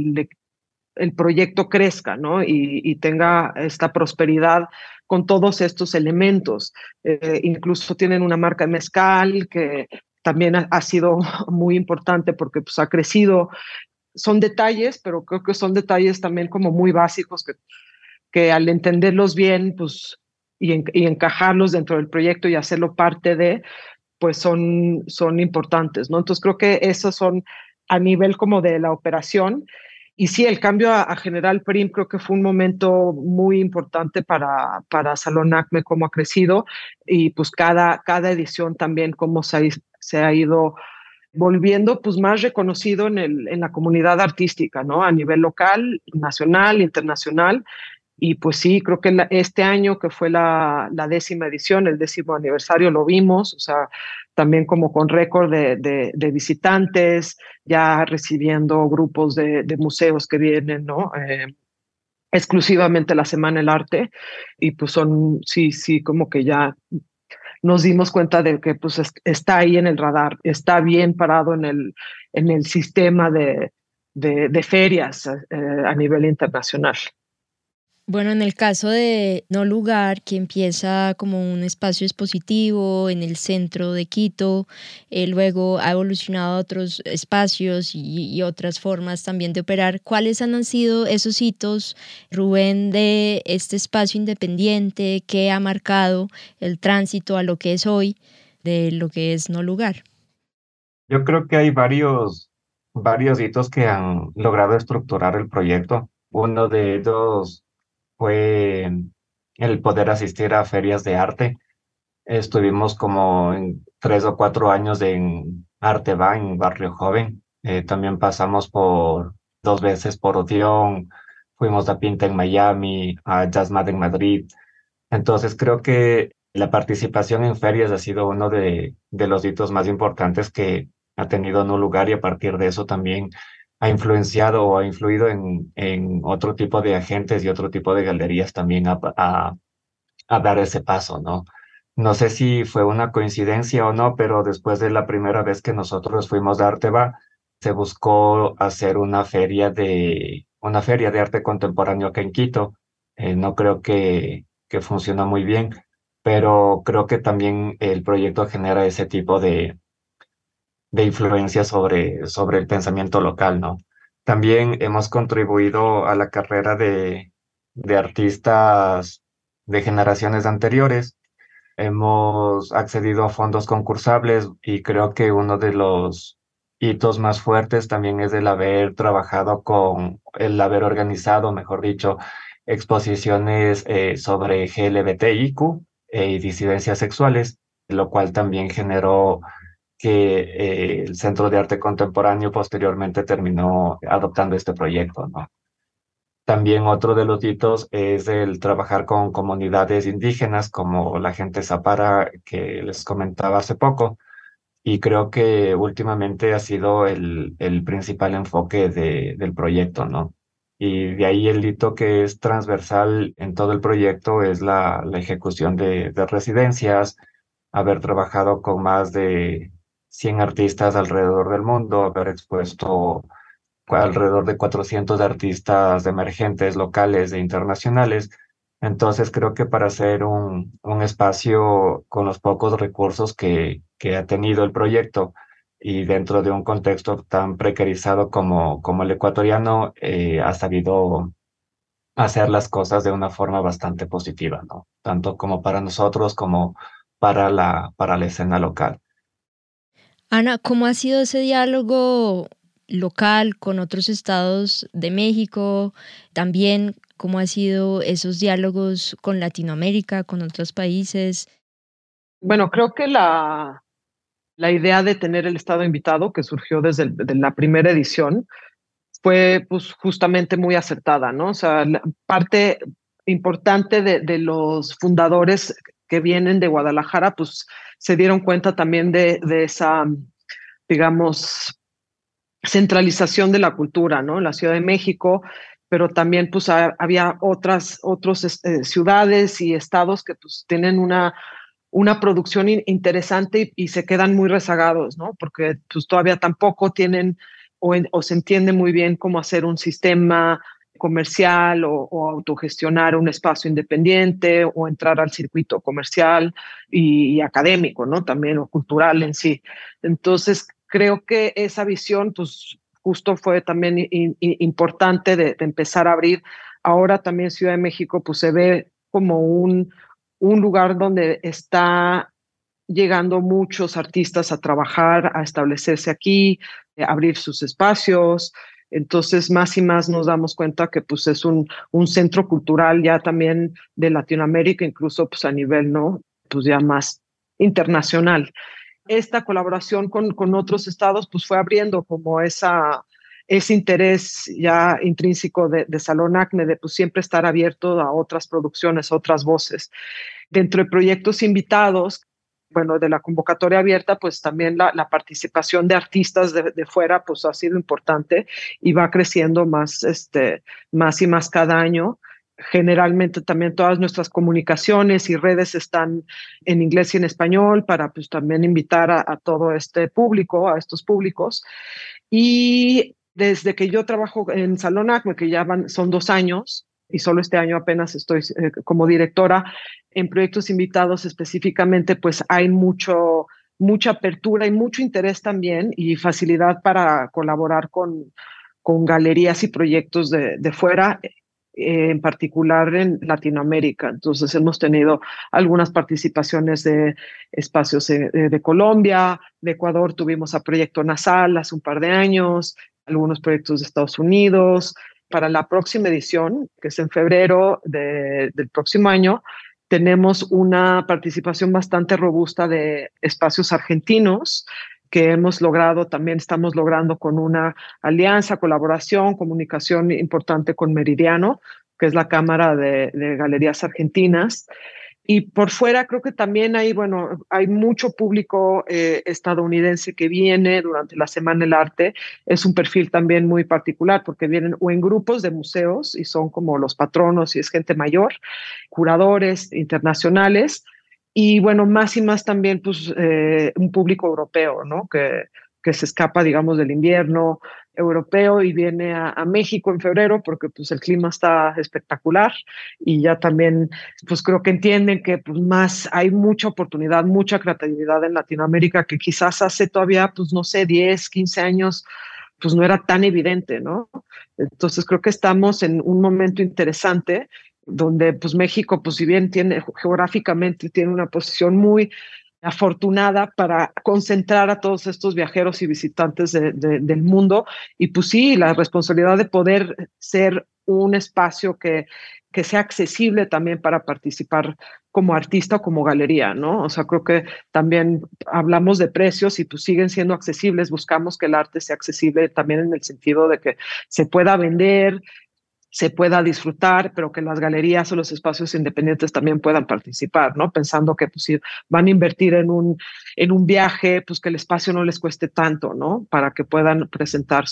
el proyecto crezca, ¿no? Y tenga esta prosperidad con todos estos elementos. Incluso tienen una marca de mezcal que también ha sido muy importante porque pues, ha crecido. Son detalles, pero creo que son detalles también como muy básicos que al entenderlos bien, pues, y encajarlos dentro del proyecto y hacerlo parte pues son importantes, ¿no? Entonces creo que esos son a nivel como de la operación. Y sí, el cambio a General Prim creo que fue un momento muy importante para Salón ACME, cómo ha crecido, y pues cada edición también cómo se ha ido volviendo pues más reconocido en la comunidad artística, ¿no? A nivel local, nacional, internacional. Y pues sí, creo que este año que fue la 10ª edición, el 10º aniversario, lo vimos, o sea, también como con récord de visitantes, ya recibiendo grupos de museos que vienen, ¿no? Exclusivamente la Semana del Arte, y pues sí, como que ya nos dimos cuenta de que pues está ahí en el radar, está bien parado en el sistema de ferias a nivel internacional. Bueno, en el caso de No Lugar, que empieza como un espacio expositivo en el centro de Quito, luego ha evolucionado a otros espacios y otras formas también de operar. ¿Cuáles han sido esos hitos, Rubén, de este espacio independiente que ha marcado el tránsito a lo que es hoy, de lo que es No Lugar? Yo creo que hay varios hitos que han logrado estructurar el proyecto. Uno de ellos fue el poder asistir a ferias de arte. Estuvimos como en 3 o 4 años en Arte Va, en Barrio Joven. También pasamos por 2 veces por Odeón, fuimos a Pinta en Miami, a Jazzmad en Madrid. Entonces creo que la participación en ferias ha sido uno de los hitos más importantes que ha tenido No Lugar, y a partir de eso también ha influenciado o ha influido en otro tipo de agentes y otro tipo de galerías también a dar ese paso, ¿no? No sé si fue una coincidencia o no, pero después de la primera vez que nosotros fuimos a Arteba, se buscó hacer una feria de arte contemporáneo acá en Quito. No creo que funciona muy bien, pero creo que también el proyecto genera ese tipo de influencia sobre el pensamiento local, ¿no? También hemos contribuido a la carrera de artistas de generaciones anteriores. Hemos accedido a fondos concursables, y creo que uno de los hitos más fuertes también es el haber organizado, mejor dicho, exposiciones sobre GLBTIQ y disidencias sexuales, lo cual también generó que el Centro de Arte Contemporáneo posteriormente terminó adoptando este proyecto, ¿no? También otro de los hitos es el trabajar con comunidades indígenas como la gente Zapara que les comentaba hace poco, y creo que últimamente ha sido el principal enfoque del proyecto, ¿no? Y de ahí el hito que es transversal en todo el proyecto es la ejecución de residencias, haber trabajado con más de 100 artistas alrededor del mundo, haber expuesto alrededor de 400 artistas emergentes, locales e internacionales. Entonces creo que para hacer un espacio con los pocos recursos que ha tenido el proyecto y dentro de un contexto tan precarizado como el ecuatoriano, ha sabido hacer las cosas de una forma bastante positiva, ¿no? Tanto como para nosotros como para la escena local. Ana, ¿cómo ha sido ese diálogo local con otros estados de México? También, ¿cómo ha sido esos diálogos con Latinoamérica, con otros países? Bueno, creo que la idea de tener el estado invitado, que surgió desde de la primera edición, fue pues justamente muy acertada, ¿no? O sea, la parte importante de los fundadores que vienen de Guadalajara, pues se dieron cuenta también de esa, digamos, centralización de la cultura, ¿no? En la Ciudad de México, pero también pues había otras ciudades y estados que pues tienen una producción interesante y se quedan muy rezagados, ¿no? Porque pues todavía tampoco tienen o se entiende muy bien cómo hacer un sistema comercial o autogestionar un espacio independiente o entrar al circuito comercial y académico, ¿no? También o cultural en sí. Entonces, creo que esa visión, pues justo fue también importante de empezar a abrir. Ahora también Ciudad de México, pues se ve como un lugar donde está llegando muchos artistas a trabajar, a establecerse aquí, a abrir sus espacios. Entonces, más y más nos damos cuenta que pues, es un centro cultural ya también de Latinoamérica, incluso pues, a nivel, ¿no? Pues ya más internacional. Esta colaboración con otros estados pues, fue abriendo como ese interés ya intrínseco de Salón Acme, de pues, siempre estar abierto a otras producciones, otras voces. Dentro de proyectos invitados, bueno, de la convocatoria abierta, pues también la participación de artistas de fuera, pues ha sido importante y va creciendo más y más cada año. Generalmente también todas nuestras comunicaciones y redes están en inglés y en español para pues también invitar a todo este público, a estos públicos. Y desde que yo trabajo en Salón Acme, que ya son 2 años, y solo este año apenas estoy como directora, en proyectos invitados específicamente, pues hay mucha apertura y mucho interés también y facilidad para colaborar con galerías y proyectos de fuera, en particular en Latinoamérica. Entonces hemos tenido algunas participaciones de espacios de Colombia, de Ecuador tuvimos a Proyecto Nasal hace un par de años, algunos proyectos de Estados Unidos. Para la próxima edición, que es en febrero del próximo año, tenemos una participación bastante robusta de espacios argentinos que hemos logrado, también estamos logrando con una alianza, colaboración, comunicación importante con Meridiano, que es la Cámara de Galerías Argentinas. Y por fuera creo que también hay mucho público estadounidense que viene durante la Semana del Arte. Es un perfil también muy particular porque vienen o en grupos de museos y son como los patronos y es gente mayor, curadores internacionales y bueno, más y más también pues un público europeo, ¿no? Que se escapa, digamos, del invierno europeo y viene a México en febrero porque pues el clima está espectacular y ya también pues creo que entienden que pues más hay mucha oportunidad, mucha creatividad en Latinoamérica que quizás hace todavía pues no sé, 10, 15 años pues no era tan evidente, ¿no? Entonces creo que estamos en un momento interesante donde pues México pues si bien geográficamente tiene una posición muy afortunada para concentrar a todos estos viajeros y visitantes del mundo. Y pues sí, la responsabilidad de poder ser un espacio que sea accesible también para participar como artista o como galería, ¿no? O sea, creo que también hablamos de precios y pues siguen siendo accesibles, buscamos que el arte sea accesible también en el sentido de que se pueda vender, se pueda disfrutar, pero que las galerías o los espacios independientes también puedan participar, ¿no? Pensando que pues, si van a invertir en un viaje, pues que el espacio no les cueste tanto, ¿no? Para que puedan presentar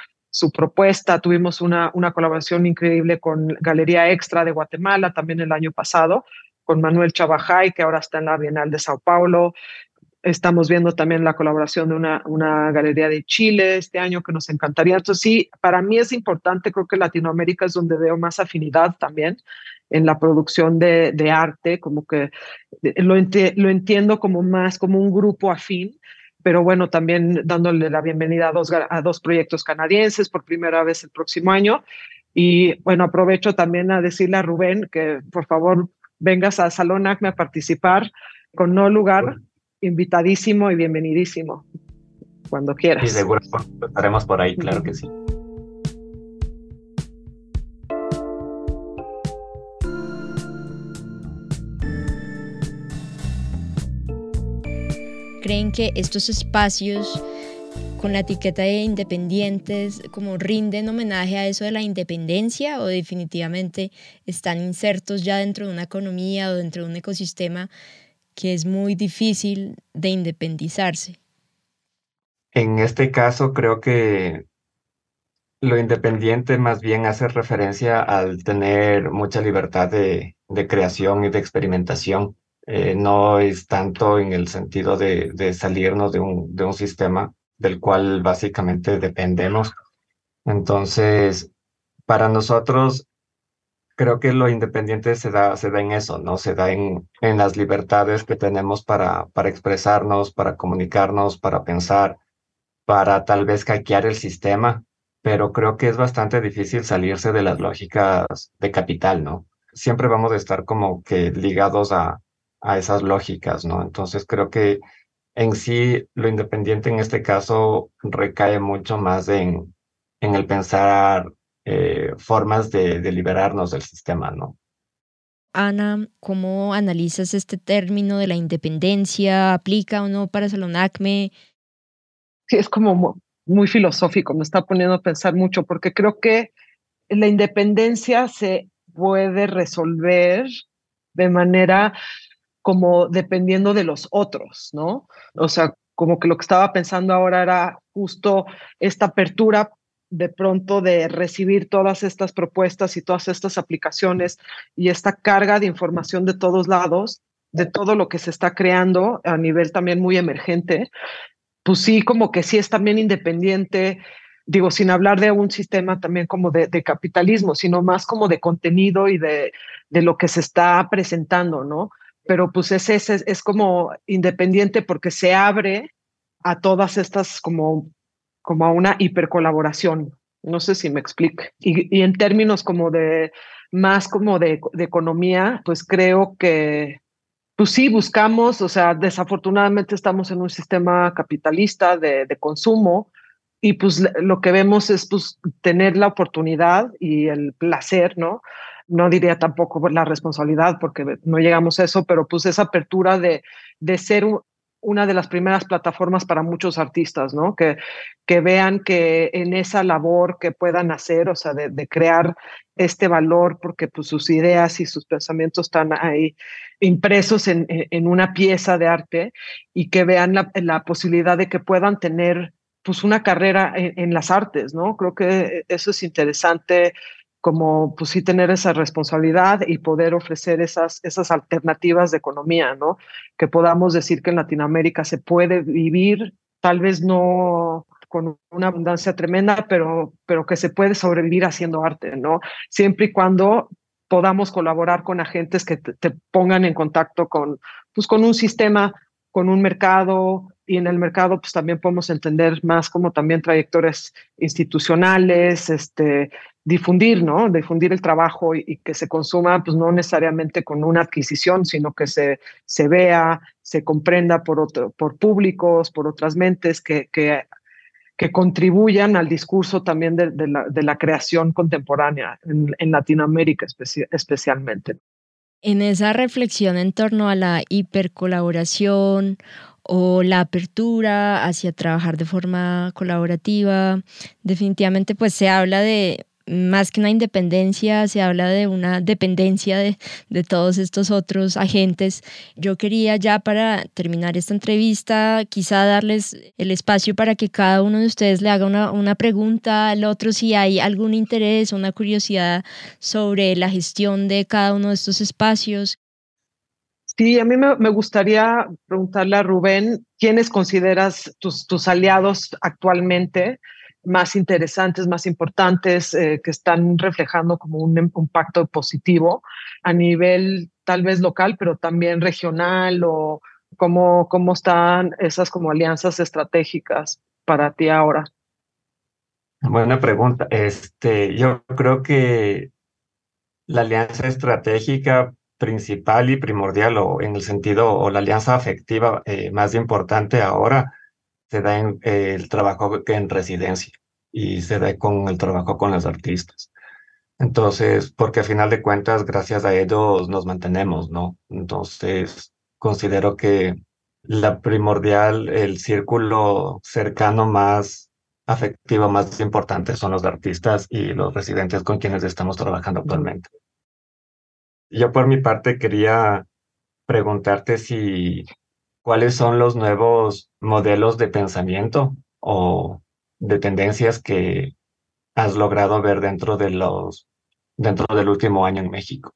su propuesta. Tuvimos una colaboración increíble con Galería Extra de Guatemala también el año pasado, con Manuel Chabajay, que ahora está en la Bienal de Sao Paulo. Estamos viendo también la colaboración de una galería de Chile este año que nos encantaría. Entonces sí, para mí es importante, creo que Latinoamérica es donde veo más afinidad también en la producción de arte, como que lo entiendo como más como un grupo afín, pero bueno, también dándole la bienvenida a dos proyectos canadienses por primera vez el próximo año. Y bueno, aprovecho también a decirle a Rubén que por favor vengas a Salón ACME a participar con No Lugar, invitadísimo y bienvenidísimo cuando Y quieras. seguro estaremos por ahí, claro que sí. ¿Creen que estos espacios con la etiqueta de independientes como rinden homenaje a eso de la independencia o definitivamente están insertos ya dentro de una economía o dentro de un ecosistema que es muy difícil de independizarse? En este caso, creo que lo independiente más bien hace referencia al tener mucha libertad de creación y de experimentación. No es tanto en el sentido de salirnos de un sistema del cual básicamente dependemos. Entonces, para nosotros, creo que lo independiente se da en eso, ¿no? Se da en las libertades que tenemos para expresarnos, para comunicarnos, para pensar, para tal vez hackear el sistema, pero creo que es bastante difícil salirse de las lógicas de capital, ¿no? Siempre vamos a estar como que ligados a esas lógicas, ¿no? Entonces creo que en sí lo independiente en este caso recae mucho más en el pensar formas de liberarnos del sistema, ¿no? Ana, ¿cómo analizas este término de la independencia? ¿Aplica o no para Salón ACME? Sí, es como muy filosófico, me está poniendo a pensar mucho, porque creo que la independencia se puede resolver de manera como dependiendo de los otros, ¿no? O sea, como que lo que estaba pensando ahora era justo esta apertura de pronto de recibir todas estas propuestas y todas estas aplicaciones y esta carga de información de todos lados, de todo lo que se está creando a nivel también muy emergente, pues sí, como que sí es también independiente, digo, sin hablar de un sistema también como de capitalismo, sino más como de contenido y de lo que se está presentando, ¿no? Pero pues es como independiente porque se abre a todas estas como a una hipercolaboración. No sé si me explique. Y en términos como de más como de economía, pues creo que pues sí, buscamos, o sea, desafortunadamente estamos en un sistema capitalista de consumo y pues lo que vemos es pues tener la oportunidad y el placer, ¿no? No diría tampoco la responsabilidad porque no llegamos a eso, pero pues esa apertura de ser una de las primeras plataformas para muchos artistas, ¿no? Que vean que en esa labor que puedan hacer, o sea, de crear este valor porque pues sus ideas y sus pensamientos están ahí impresos en una pieza de arte y que vean la posibilidad de que puedan tener pues una carrera en las artes, ¿no? Creo que eso es interesante como pues sí tener esa responsabilidad y poder ofrecer esas alternativas de economía, ¿no? Que podamos decir que en Latinoamérica se puede vivir, tal vez no con una abundancia tremenda, pero que se puede sobrevivir haciendo arte, ¿no? Siempre y cuando podamos colaborar con agentes que te pongan en contacto pues, con un sistema, con un mercado, y en el mercado pues también podemos entender más como también trayectorias institucionales, difundir, ¿no? Difundir el trabajo y que se consuma, pues no necesariamente con una adquisición, sino que se vea, se comprenda por públicos, por otras mentes que contribuyan al discurso también de la creación contemporánea en Latinoamérica especialmente. En esa reflexión en torno a la hipercolaboración o la apertura hacia trabajar de forma colaborativa, definitivamente pues se habla de más que una independencia, se habla de una dependencia de todos estos otros agentes. Yo quería ya para terminar esta entrevista quizá darles el espacio para que cada uno de ustedes le haga una pregunta al otro si hay algún interés o una curiosidad sobre la gestión de cada uno de estos espacios. Sí, a mí me gustaría preguntarle a Rubén, ¿quiénes consideras tus aliados actualmente más interesantes, más importantes, que están reflejando como un impacto positivo a nivel tal vez local, pero también regional, o cómo están esas como alianzas estratégicas para ti ahora? Buena pregunta. Yo creo que la alianza estratégica principal y primordial, o en el sentido, o la alianza afectiva más importante ahora, se da en el trabajo en residencia y se da con el trabajo con los artistas. Entonces, porque a final de cuentas, gracias a ellos nos mantenemos, ¿no? Entonces, considero que la primordial, el círculo cercano más afectivo, más importante son los artistas y los residentes con quienes estamos trabajando actualmente. Yo por mi parte quería preguntarte si cuáles son los nuevos modelos de pensamiento o de tendencias que has logrado ver dentro del último año en México.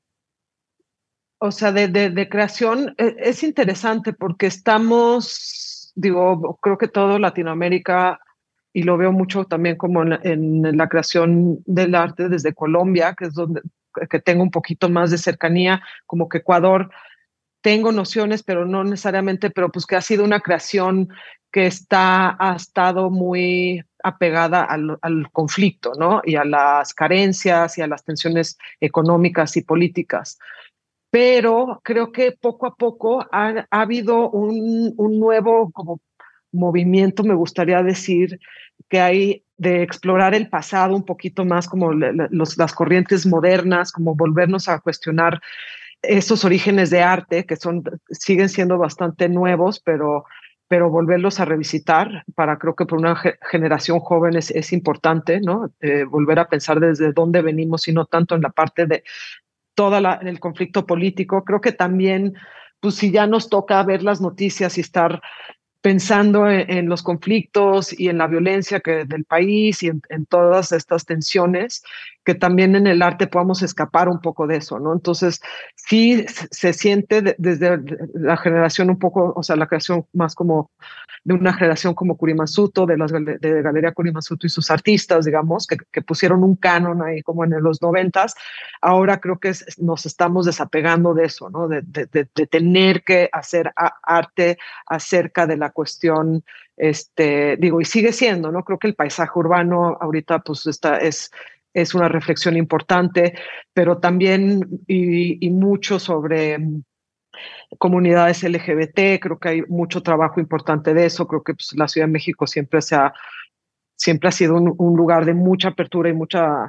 O sea, de creación es interesante porque estamos, digo, creo que todo Latinoamérica, y lo veo mucho también como en la creación del arte desde Colombia, que es donde que tengo un poquito más de cercanía, como que Ecuador tengo nociones, pero no necesariamente, pero pues que ha sido una creación que ha estado muy apegada al conflicto, ¿no? Y a las carencias y a las tensiones económicas y políticas. Pero creo que poco a poco ha habido un nuevo como movimiento, me gustaría decir, que hay de explorar el pasado un poquito más, como las corrientes modernas, como volvernos a cuestionar esos orígenes de arte que siguen siendo bastante nuevos, pero volverlos a revisitar para, creo que por una generación joven es importante, ¿no? Volver a pensar desde dónde venimos y no tanto en la parte de el conflicto político. Creo que también, pues si ya nos toca ver las noticias y estar pensando en los conflictos y en la violencia del país y en todas estas tensiones, que también en el arte podamos escapar un poco de eso, ¿no? Entonces, sí se siente desde la generación un poco, o sea, la creación más como de una generación como Kurimazuto, de Galería Kurimazuto y sus artistas, digamos, que pusieron un canon ahí como en los 90s. Ahora creo que nos estamos desapegando de eso, ¿no? De tener que hacer arte acerca de la cuestión, digo, y sigue siendo, ¿no? Creo que el paisaje urbano ahorita pues es una reflexión importante, pero también y mucho sobre comunidades LGBT. Creo que hay mucho trabajo importante de eso. Creo que pues, la Ciudad de México siempre ha sido un lugar de mucha apertura y mucha,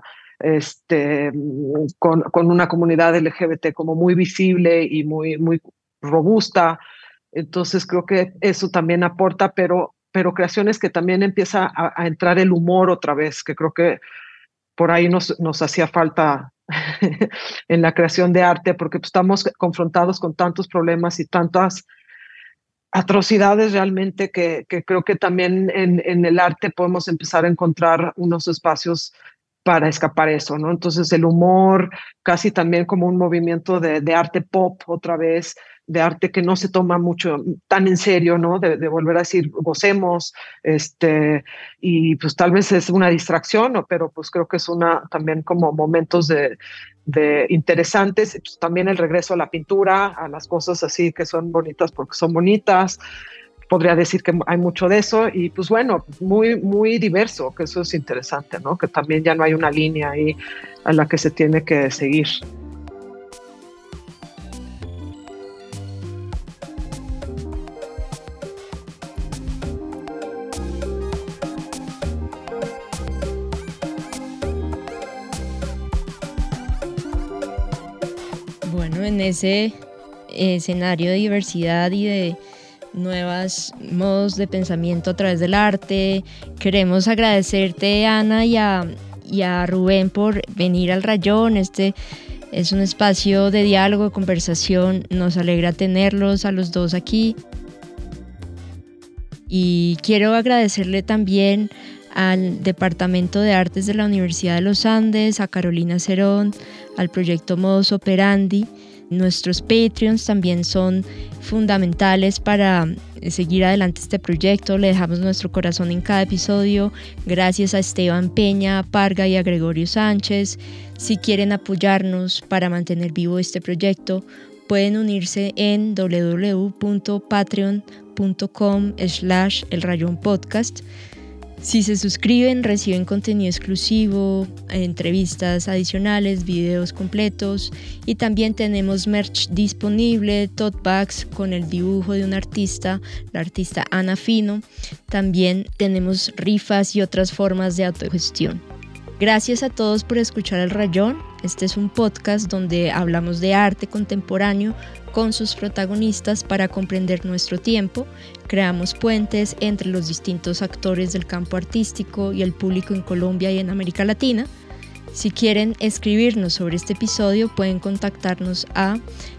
con una comunidad LGBT como muy visible y muy robusta. Entonces creo que eso también aporta, pero creaciones que también empieza a entrar el humor otra vez, que creo que por ahí nos hacía falta en la creación de arte, porque pues, estamos confrontados con tantos problemas y tantas atrocidades realmente que creo que también en el arte podemos empezar a encontrar unos espacios para escapar eso, ¿no? Entonces el humor, casi también como un movimiento de arte pop otra vez, de arte que no se toma mucho tan en serio, ¿no? De volver a decir, gocemos, y pues tal vez es una distracción, ¿no? Pero pues creo que es también como momentos de interesantes. Pues también el regreso a la pintura, a las cosas así que son bonitas porque son bonitas. Podría decir que hay mucho de eso y pues bueno, muy diverso, que eso es interesante, ¿no? Que también ya no hay una línea ahí a la que se tiene que seguir. Bueno, en ese escenario de diversidad y de nuevos modos de pensamiento a través del arte, queremos agradecerte, Ana, y a Rubén por venir al Rayón. Este es un espacio de diálogo, de conversación. Nos alegra tenerlos a los dos aquí. Y quiero agradecerle también al Departamento de Artes de la Universidad de los Andes, a Carolina Cerón, al proyecto Modus Operandi. Nuestros Patreons también son fundamentales para seguir adelante este proyecto. Le dejamos nuestro corazón en cada episodio. Gracias a Esteban Peña, a Parga y a Gregorio Sánchez. Si quieren apoyarnos para mantener vivo este proyecto, pueden unirse en www.patreon.com/elrayonpodcast. Si se suscriben, reciben contenido exclusivo, entrevistas adicionales, videos completos y también tenemos merch disponible, tote bags con el dibujo de un artista, la artista Ana Fino. También tenemos rifas y otras formas de autogestión. Gracias a todos por escuchar El Rayón. Este es un podcast donde hablamos de arte contemporáneo con sus protagonistas para comprender nuestro tiempo. Creamos puentes entre los distintos actores del campo artístico y el público en Colombia y en América Latina. Si quieren escribirnos sobre este episodio, pueden contactarnos a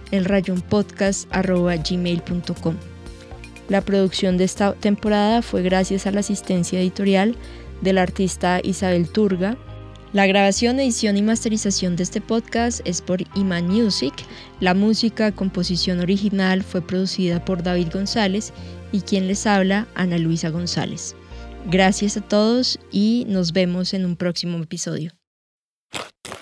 elrayonpodcast@gmail.com. La producción de esta temporada fue gracias a la asistencia editorial del artista Isabel Turga. La grabación, edición y masterización de este podcast es por Iman Music. La música, composición original fue producida por David González y quien les habla, Ana Luisa González. Gracias a todos y nos vemos en un próximo episodio.